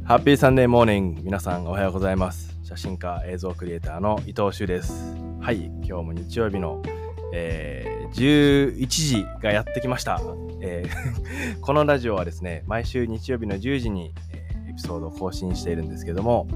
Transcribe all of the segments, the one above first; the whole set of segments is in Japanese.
ハッピーサンデーモーニング。皆さんおはようございます。写真家映像クリエイターの伊藤修です。はい、今日も日曜日の、11時がやってきました。このラジオはですね、毎週日曜日の10時に、エピソードを更新しているんですけども、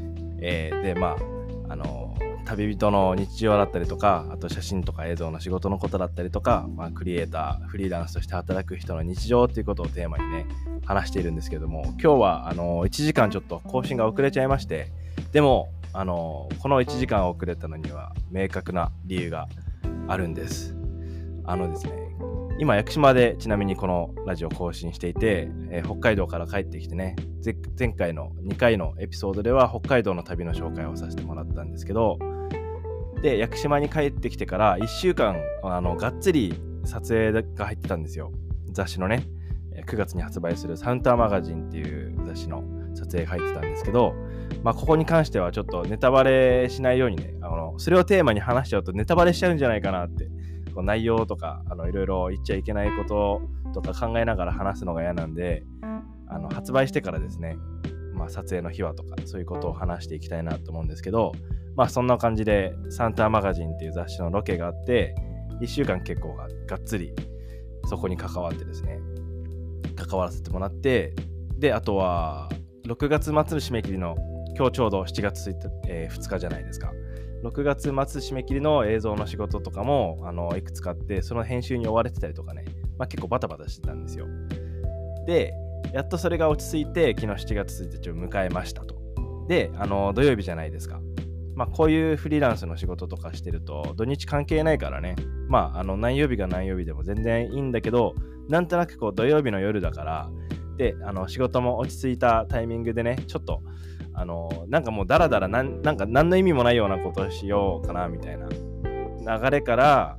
旅人の日常だったりとか、あと写真とか映像の仕事のことだったりとか、クリエイター、フリーランスとして働く人の日常っていうことをテーマにね、話しているんですけども、今日は1時間ちょっと更新が遅れちゃいまして、でもこの1時間遅れたのには明確な理由があるんです。ですね、今屋久島でちなみにこのラジオ更新していて、北海道から帰ってきてね、前回の2回のエピソードでは北海道の旅の紹介をさせてもらったんですけど、で屋久島に帰ってきてから1週間がっつり撮影が入ってたんですよ。雑誌のね、9月に発売するサウンターマガジンっていう雑誌の撮影が入ってたんですけど、ここに関してはちょっとネタバレしないようにね、それをテーマに話しちゃうとネタバレしちゃうんじゃないかなって、こう内容とかいろいろ言っちゃいけないこととか考えながら話すのが嫌なんで、発売してからですね、撮影の秘話とかそういうことを話していきたいなと思うんですけど、そんな感じでサウンターマガジンっていう雑誌のロケがあって、1週間結構がっつりそこに関わってですね、関わらせてもらって、であとは6月末の締め切りの今日ちょうど7月2日じゃないですか。6月末締め切りの映像の仕事とかもいくつかあって、その編集に追われてたりとかね、結構バタバタしてたんですよ。でやっとそれが落ち着いて、昨日7月1日を迎えましたと。で土曜日じゃないですか。こういうフリーランスの仕事とかしてると土日関係ないからね、何曜日が何曜日でも全然いいんだけど、なんとなくこう土曜日の夜だから、で仕事も落ち着いたタイミングでね、ちょっとなんかもうダラダラなんか何の意味もないようなことをしようかなみたいな流れから、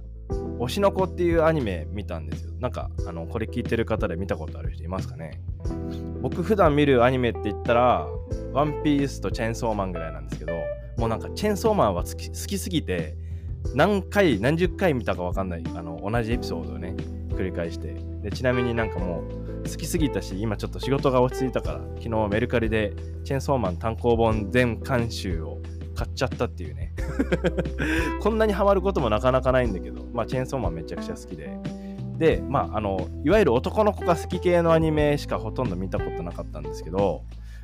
推しの子っていうアニメ見たんですよ。なんかこれ聞いてる方で見たことある人いますかね。僕普段見るアニメって言ったらワンピースとチェーンソーマンぐらいなんですけど、もうなんかチェーンソーマンは好きすぎて何十回見たか分かんない、同じエピソードをね繰り返して、でちなみになんかもう好きすぎたし、今ちょっと仕事が落ち着いたから昨日メルカリでチェーンソーマン単行本全巻集を買っちゃったっていうねこんなにハマることもなかなかないんだけど、チェーンソーマンめちゃくちゃ好きで、いわゆる男の子が好き系のアニメしかほとんど見たことなかったんですけど、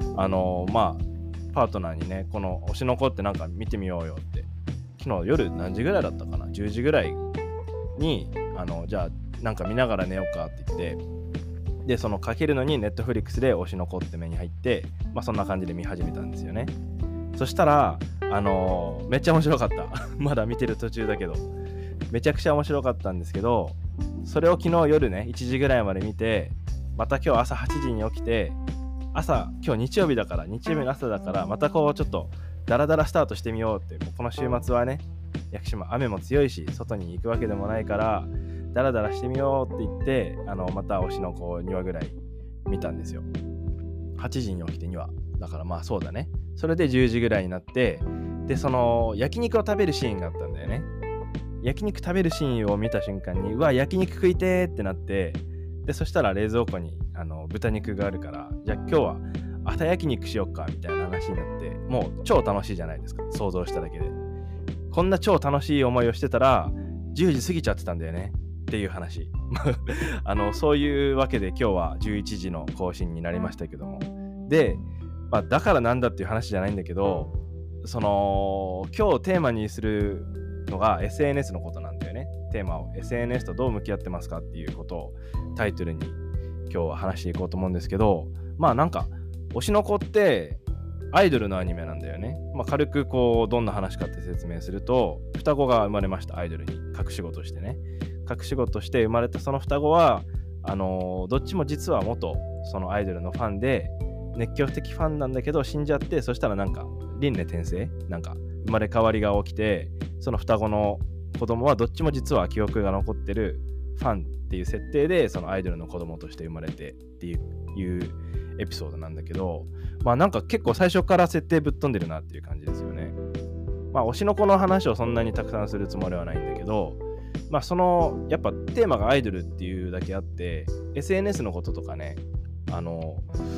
パートナーにね、この推しの子ってなんか見てみようよって、昨日夜何時ぐらいだったかな、10時ぐらいにじゃあなんか見ながら寝ようかって言って、でそのかけるのにネットフリックスで推しの子って目に入って、そんな感じで見始めたんですよね。そしたらめっちゃ面白かったまだ見てる途中だけどめちゃくちゃ面白かったんですけど、それを昨日夜ね1時ぐらいまで見て、また今日朝8時に起きて、今日日曜日の朝だから、またこうちょっとダラダラスタートしてみようって、もうこの週末はね、屋久島雨も強いし外に行くわけでもないからダラダラしてみようって言って、また推しの子2話ぐらい見たんですよ。8時に起きて2話だからそうだね。それで10時ぐらいになって、でその焼肉を食べるシーンがあったんだよね。焼肉食べるシーンを見た瞬間に、うわ焼肉食いてーってなって、でそしたら冷蔵庫に豚肉があるから、じゃあ今日は朝焼肉しよっかみたいな話になって、もう超楽しいじゃないですか、想像しただけで。こんな超楽しい思いをしてたら10時過ぎちゃってたんだよねっていう話そういうわけで今日は11時の更新になりましたけども、で、だからなんだっていう話じゃないんだけど、その今日テーマにするのが SNS のことなんだよね。テーマを SNS とどう向き合ってますかっていうことをタイトルに今日は話していこうと思うんですけど、なんか推しの子ってアイドルのアニメなんだよね。軽くこうどんな話かって説明すると、双子が生まれました。アイドルに隠し子としてね、隠し子として生まれたその双子はどっちも実は元そのアイドルのファンで、熱狂的ファンなんだけど死んじゃって、そしたらなんか輪廻転生、なんか生まれ変わりが起きて、その双子の子供はどっちも実は記憶が残ってるファンっていう設定で、そのアイドルの子供として生まれてっていうエピソードなんだけど、なんか結構最初から設定ぶっ飛んでるなっていう感じですよね。推しの子の話をそんなにたくさんするつもりはないんだけど、そのやっぱテーマがアイドルっていうだけあって、 SNS のこととかね、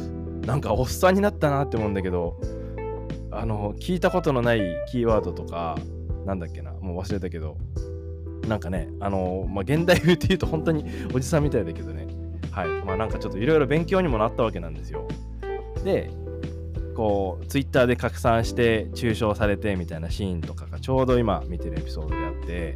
なんかおっさんになったなって思うんだけど、聞いたことのないキーワードとか、なんだっけな、もう忘れたけど、なんかね、現代風って言うと本当におじさんみたいだけどね。はい。なんかちょっといろいろ勉強にもなったわけなんですよ。で、こう、ツイッターで拡散して中傷されてみたいなシーンとかがちょうど今見てるエピソードであって、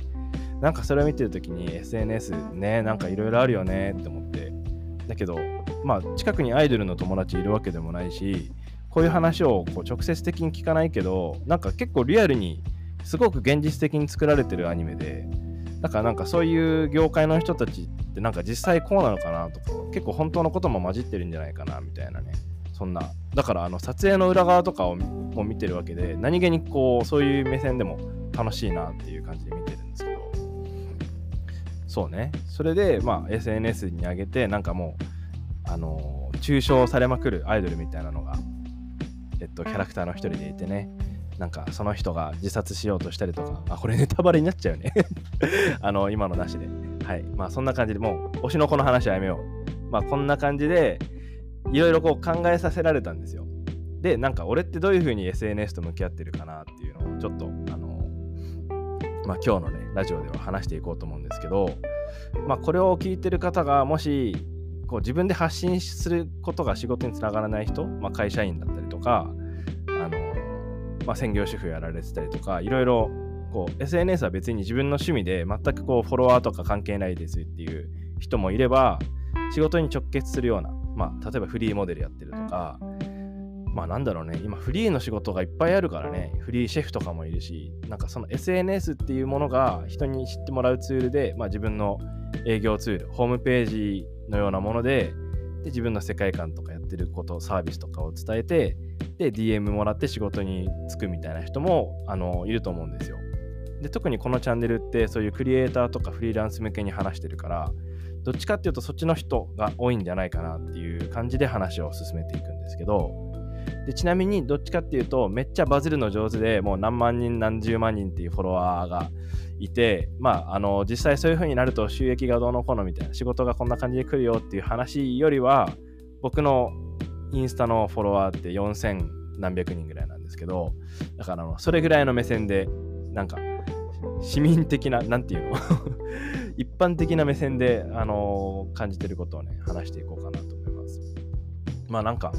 なんかそれを見てるときに SNS ね、なんかいろいろあるよねって思って。だけど、近くにアイドルの友達いるわけでもないし、こういう話をこう直接的に聞かないけど、なんか結構リアルにすごく現実的に作られてるアニメで、だからなんかそういう業界の人たちってなんか実際こうなのかなとか、結構本当のことも混じってるんじゃないかなみたいなね。そんな、だから撮影の裏側とかを見てるわけで、何気にこうそういう目線でも楽しいなっていう感じで見てるんですけど、そうね。それでSNS に上げて、なんかもう中傷されまくるアイドルみたいなのがキャラクターの一人でいてね、なんかその人が自殺しようとしたりとか、これネタバレになっちゃうね今のなしで、はい。そんな感じで、もう推しの子の話はやめよう。こんな感じでいろいろこう考えさせられたんですよ。で、なんか俺ってどういう風に SNS と向き合ってるかなっていうのをちょっと今日のねラジオでは話していこうと思うんですけど、これを聞いてる方がもしこう自分で発信することが仕事につながらない人、会社員だったりとか、専業主婦やられてたりとか、いろいろこう SNS は別に自分の趣味で全くこうフォロワーとか関係ないですっていう人もいれば、仕事に直結するような、例えばフリーモデルやってるとか、なんだろうね、今フリーの仕事がいっぱいあるからね、フリーシェフとかもいるし、なんかその SNS っていうものが人に知ってもらうツールで、自分の営業ツール、ホームページのようなもので、自分の世界観とかやってること、サービスとかを伝えて、で DM もらって仕事に就くみたいな人もいると思うんですよ。で、特にこのチャンネルってそういうクリエイターとかフリーランス向けに話してるから、どっちかっていうとそっちの人が多いんじゃないかなっていう感じで話を進めていくんですけど、でちなみにどっちかっていうとめっちゃバズるの上手で、もう何万人何十万人っていうフォロワーがいて、実際そういう風になると収益がどうのこうのみたいな、仕事がこんな感じで来るよっていう話よりは、僕のインスタのフォロワーって4000何百人ぐらいなんですけど、だからそれぐらいの目線で、なんか市民的な、なんていうの一般的な目線で感じてることをね話していこうかなと思います。なんか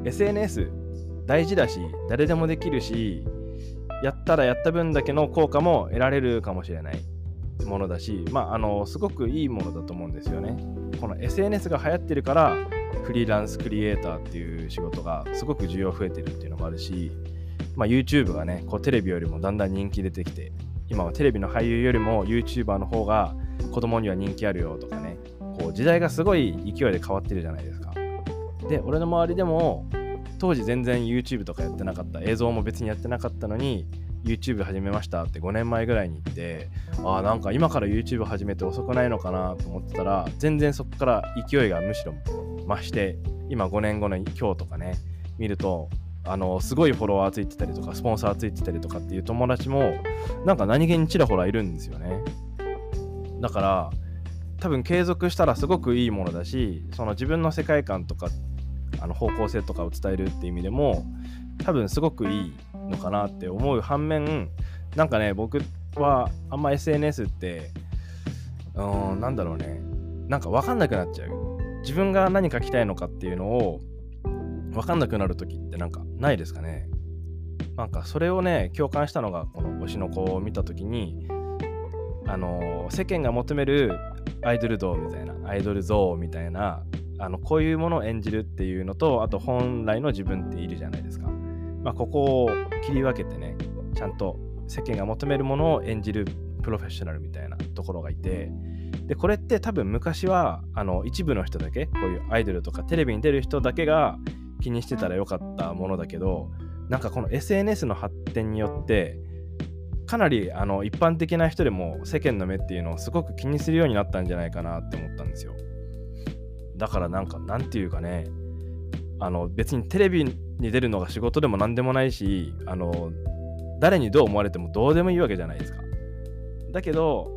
SNS 大事だし、誰でもできるし、やったらやった分だけの効果も得られるかもしれないものだし、すごくいいものだと思うんですよね。この SNS が流行ってるからフリーランスクリエイターっていう仕事がすごく需要増えてるっていうのもあるし、YouTube がね、こうテレビよりもだんだん人気出てきて、今はテレビの俳優よりも YouTuber の方が子供には人気あるよとかね、こう時代がすごい勢いで変わってるじゃないですか。で、俺の周りでも当時全然 YouTube とかやってなかった、映像も別にやってなかったのに YouTube 始めましたって5年前ぐらいに言って、なんか今から YouTube 始めて遅くないのかなと思ってたら、全然そこから勢いがむしろ増して、今5年後の今日とかね見ると、すごいフォロワーついてたりとかスポンサーついてたりとかっていう友達もなんか何気にちらほらいるんですよね。だから多分継続したらすごくいいものだし、その自分の世界観とか方向性とかを伝えるっていう意味でも多分すごくいいのかなって思う反面、なんかね、僕はあんま SNS ってなんだろうね、なんか分かんなくなっちゃう。自分が何書きたいのかっていうのを分かんなくなる時ってなんかないですかね。なんかそれをね共感したのが、この推しの子を見た時に、世間が求めるアイドル像みたいな、アイドル像みたいな、こういうものを演じるっていうのと、あと本来の自分っているじゃないですか。ここを切り分けてね、ちゃんと世間が求めるものを演じるプロフェッショナルみたいなところがいて、でこれって多分昔は一部の人だけ、こういうアイドルとかテレビに出る人だけが気にしてたらよかったものだけど、なんかこの SNS の発展によってかなり一般的な人でも世間の目っていうのをすごく気にするようになったんじゃないかなって思ったんですよ。だからなんていうかね、別にテレビに出るのが仕事でも何でもないし、誰にどう思われてもどうでもいいわけじゃないですか。だけど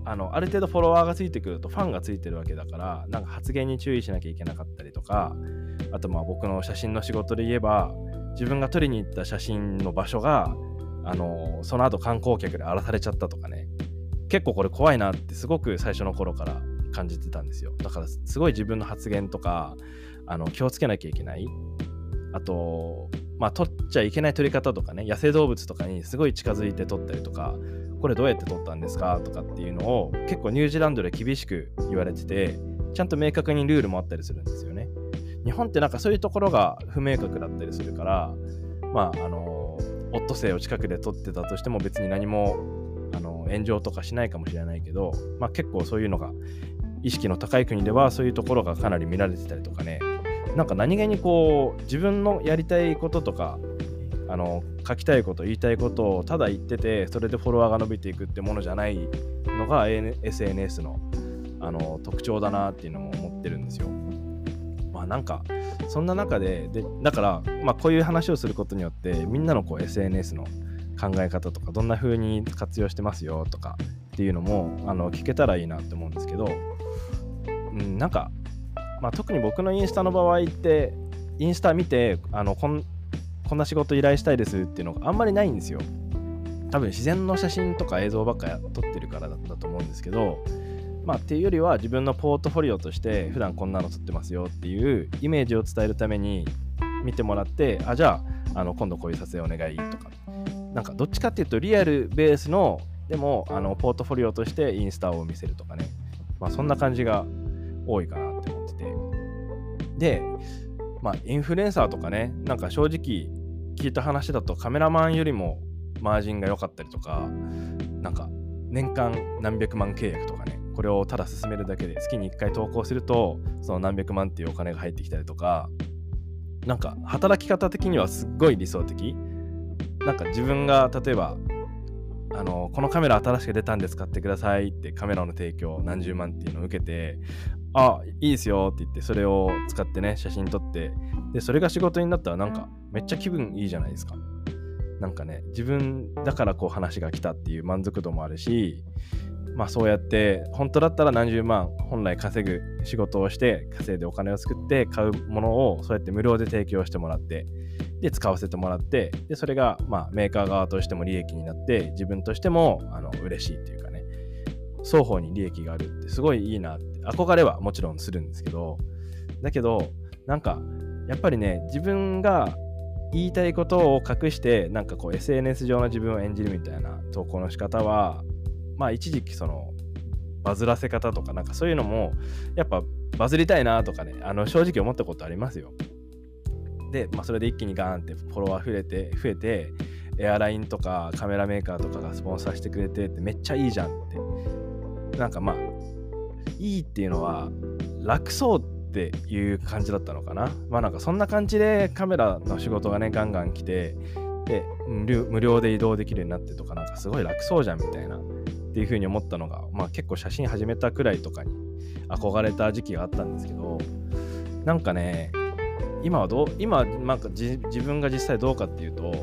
ある程度フォロワーがついてくるとファンがついてるわけだから、なんか発言に注意しなきゃいけなかったりとか、あと僕の写真の仕事で言えば、自分が撮りに行った写真の場所がその後観光客で荒らされちゃったとかね、結構これ怖いなってすごく最初の頃から感じてたんですよ。だからすごい自分の発言とか気をつけなきゃいけない。あと撮っちゃいけない撮り方とかね、野生動物とかにすごい近づいて撮ったりとか、これどうやって撮ったんですかとかっていうのを結構ニュージーランドで厳しく言われてて、ちゃんと明確にルールもあったりするんですよね。日本ってなんかそういうところが不明確だったりするから、オットセイを近くで撮ってたとしても別に何も炎上とかしないかもしれないけど、結構そういうのが意識の高い国ではそういうところがかなり見られてたりとかね、なんか何気に自分のやりたいこととか書きたいこと言いたいことをただ言ってて、それでフォロワーが伸びていくってものじゃないのが SNS の特徴だなっていうのも思ってるんですよ。なんかそんな中でだからこういう話をすることによってみんなのSNS の考え方とかどんな風に活用してますよとかっていうのも聞けたらいいなって思うんですけど、なんか特に僕のインスタの場合ってインスタ見てこんな仕事依頼したいですっていうのがあんまりないんですよ。多分自然の写真とか映像ばっか撮ってるからだと思うんですけど、っていうよりは自分のポートフォリオとして普段こんなの撮ってますよっていうイメージを伝えるために見てもらって、じゃあ今度こういう撮影お願いとか、なんかどっちかっていうとリアルベースのでもポートフォリオとしてインスタを見せるとかね、そんな感じが多いかなって思ってて、でインフルエンサーとかね、なんか正直聞いた話だとカメラマンよりもマージンが良かったりとか、なんか年間何百万契約とかね、これをただ進めるだけで月に1回投稿するとその何百万っていうお金が入ってきたりとか、なんか働き方的にはすっごい理想的。なんか自分が例えばこのカメラ新しく出たんで使ってくださいってカメラの提供何十万っていうのを受けて、いいですよって言ってそれを使ってね写真撮って、でそれが仕事になったらなんかめっちゃ気分いいじゃないですか。なんかね、自分だから話が来たっていう満足度もあるし、そうやって本当だったら何十万本来稼ぐ仕事をして稼いでお金を作って買うものをそうやって無料で提供してもらって、で使わせてもらって、でそれがメーカー側としても利益になって自分としても嬉しいっていうかね、双方に利益があるってすごいいいなって憧れはもちろんするんですけど、だけどなんかやっぱりね、自分が言いたいことを隠してなんかSNS 上の自分を演じるみたいな投稿の仕方は一時期バズらせ方とかなんかそういうのもやっぱバズりたいなとかね、正直思ったことありますよ。でそれで一気にガーンってフォロワー増えてエアラインとかカメラメーカーとかがスポンサーしてくれてってめっちゃいいじゃんって、なんかいいっていうのは楽そうっていう感じだったのかな。なんかそんな感じでカメラの仕事がねガンガン来て、で無料で移動できるようになってとか、なんかすごい楽そうじゃんみたいなっていう風に思ったのが、結構写真始めたくらいとかに憧れた時期があったんですけど、なんかね今なんか自分が実際どうかっていうと、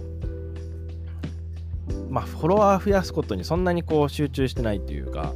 フォロワー増やすことにそんなに集中してないっていうか、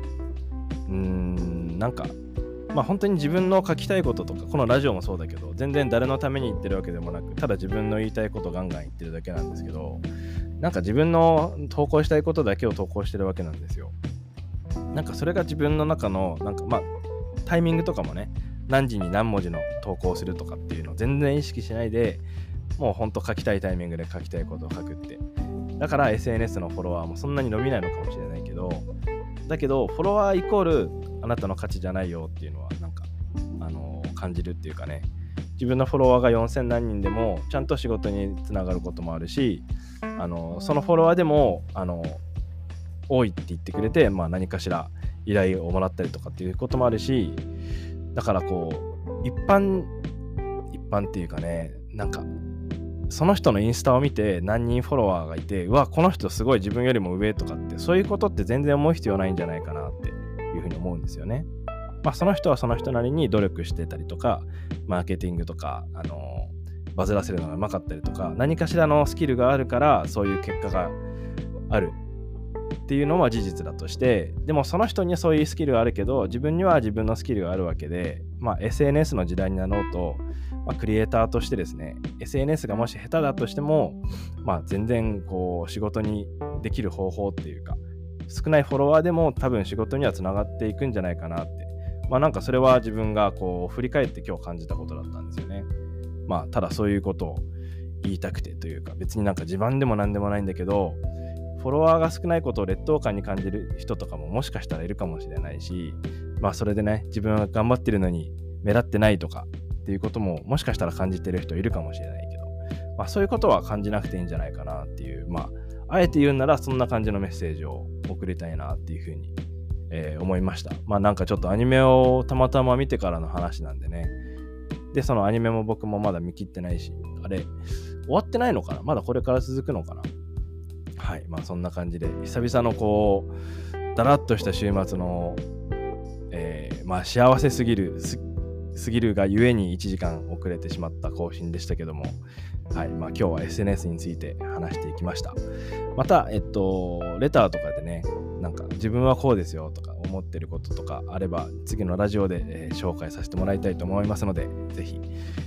なんか本当に自分の書きたいこととか、このラジオもそうだけど全然誰のために言ってるわけでもなく、ただ自分の言いたいことをガンガン言ってるだけなんですけど、なんか自分の投稿したいことだけを投稿してるわけなんですよ。なんかそれが自分の中のなんかタイミングとかもね、何時に何文字の投稿するとかっていうのを全然意識しないで、もうほんと書きたいタイミングで書きたいことを書くって、だから SNS のフォロワーもそんなに伸びないのかもしれないけど、だけどフォロワーイコールあなたの価値じゃないよっていうのはなんか感じるっていうかね、自分のフォロワーが4000何人でもちゃんと仕事につながることもあるし、そのフォロワーでも多いって言ってくれて、何かしら依頼をもらったりとかっていうこともあるし、だから一般っていうかね、なんかその人のインスタを見て何人フォロワーがいて、うわこの人すごい自分よりも上とかって、そういうことって全然思う必要ないんじゃないかなっていうふうに思うんですよね。その人はその人なりに努力してたりとか、マーケティングとかバズらせるのがうまかったりとか、何かしらのスキルがあるからそういう結果があるっていうのは事実だとして、でもその人にはそういうスキルがあるけど自分には自分のスキルがあるわけで、SNS の時代になろうと、クリエイターとしてですね SNS がもし下手だとしても、全然こう仕事にできる方法っていうか、少ないフォロワーでも多分仕事にはつながっていくんじゃないかなって、なんかそれは自分がこう振り返って今日感じたことだったんですよね。ただそういうことを言いたくてというか、別になんか自慢でもなんでもないんだけど、フォロワーが少ないことを劣等感に感じる人とかももしかしたらいるかもしれないし、それでね自分は頑張ってるのに目立ってないとかっていうことももしかしたら感じてる人いるかもしれないけど、そういうことは感じなくていいんじゃないかなっていう、あえて言うならそんな感じのメッセージを送りたいなっていうふうに、思いました。なんかちょっとアニメをたまたま見てからの話なんでね。でそのアニメも僕もまだ見切ってないし、あれ終わってないのかな、まだこれから続くのかな。はい、そんな感じで久々のこうだらっとした週末の、幸せすぎるがゆえに1時間遅れてしまった更新でしたけども、はい、今日は SNS について話していきました。またレターとかでね、なんか自分はこうですよとか思ってることとかあれば次のラジオで、紹介させてもらいたいと思いますので、ぜひ、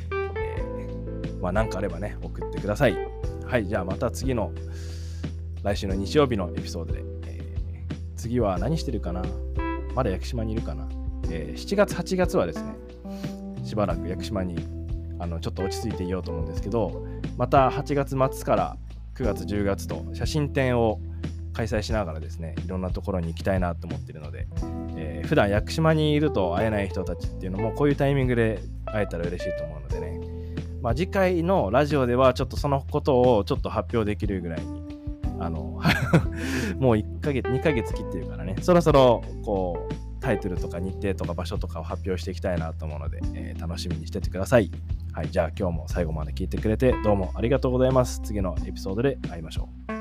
何かあればね送ってください。はい、じゃあまた次の来週の日曜日のエピソードで、次は何してるかな、まだ屋久島にいるかな、7月8月はですねしばらく屋久島にちょっと落ち着いていようと思うんですけど、また8月末から9月10月と写真展を開催しながらですね、いろんなところに行きたいなと思っているので、普段屋久島にいると会えない人たちっていうのもこういうタイミングで会えたら嬉しいと思うのでね、次回のラジオではちょっとそのことをちょっと発表できるぐらいにもう1ヶ月2ヶ月切ってるからね、そろそろこうタイトルとか日程とか場所とかを発表していきたいなと思うので、楽しみにしててください。はい、じゃあ今日も最後まで聞いてくれてどうもありがとうございます。次のエピソードで会いましょう。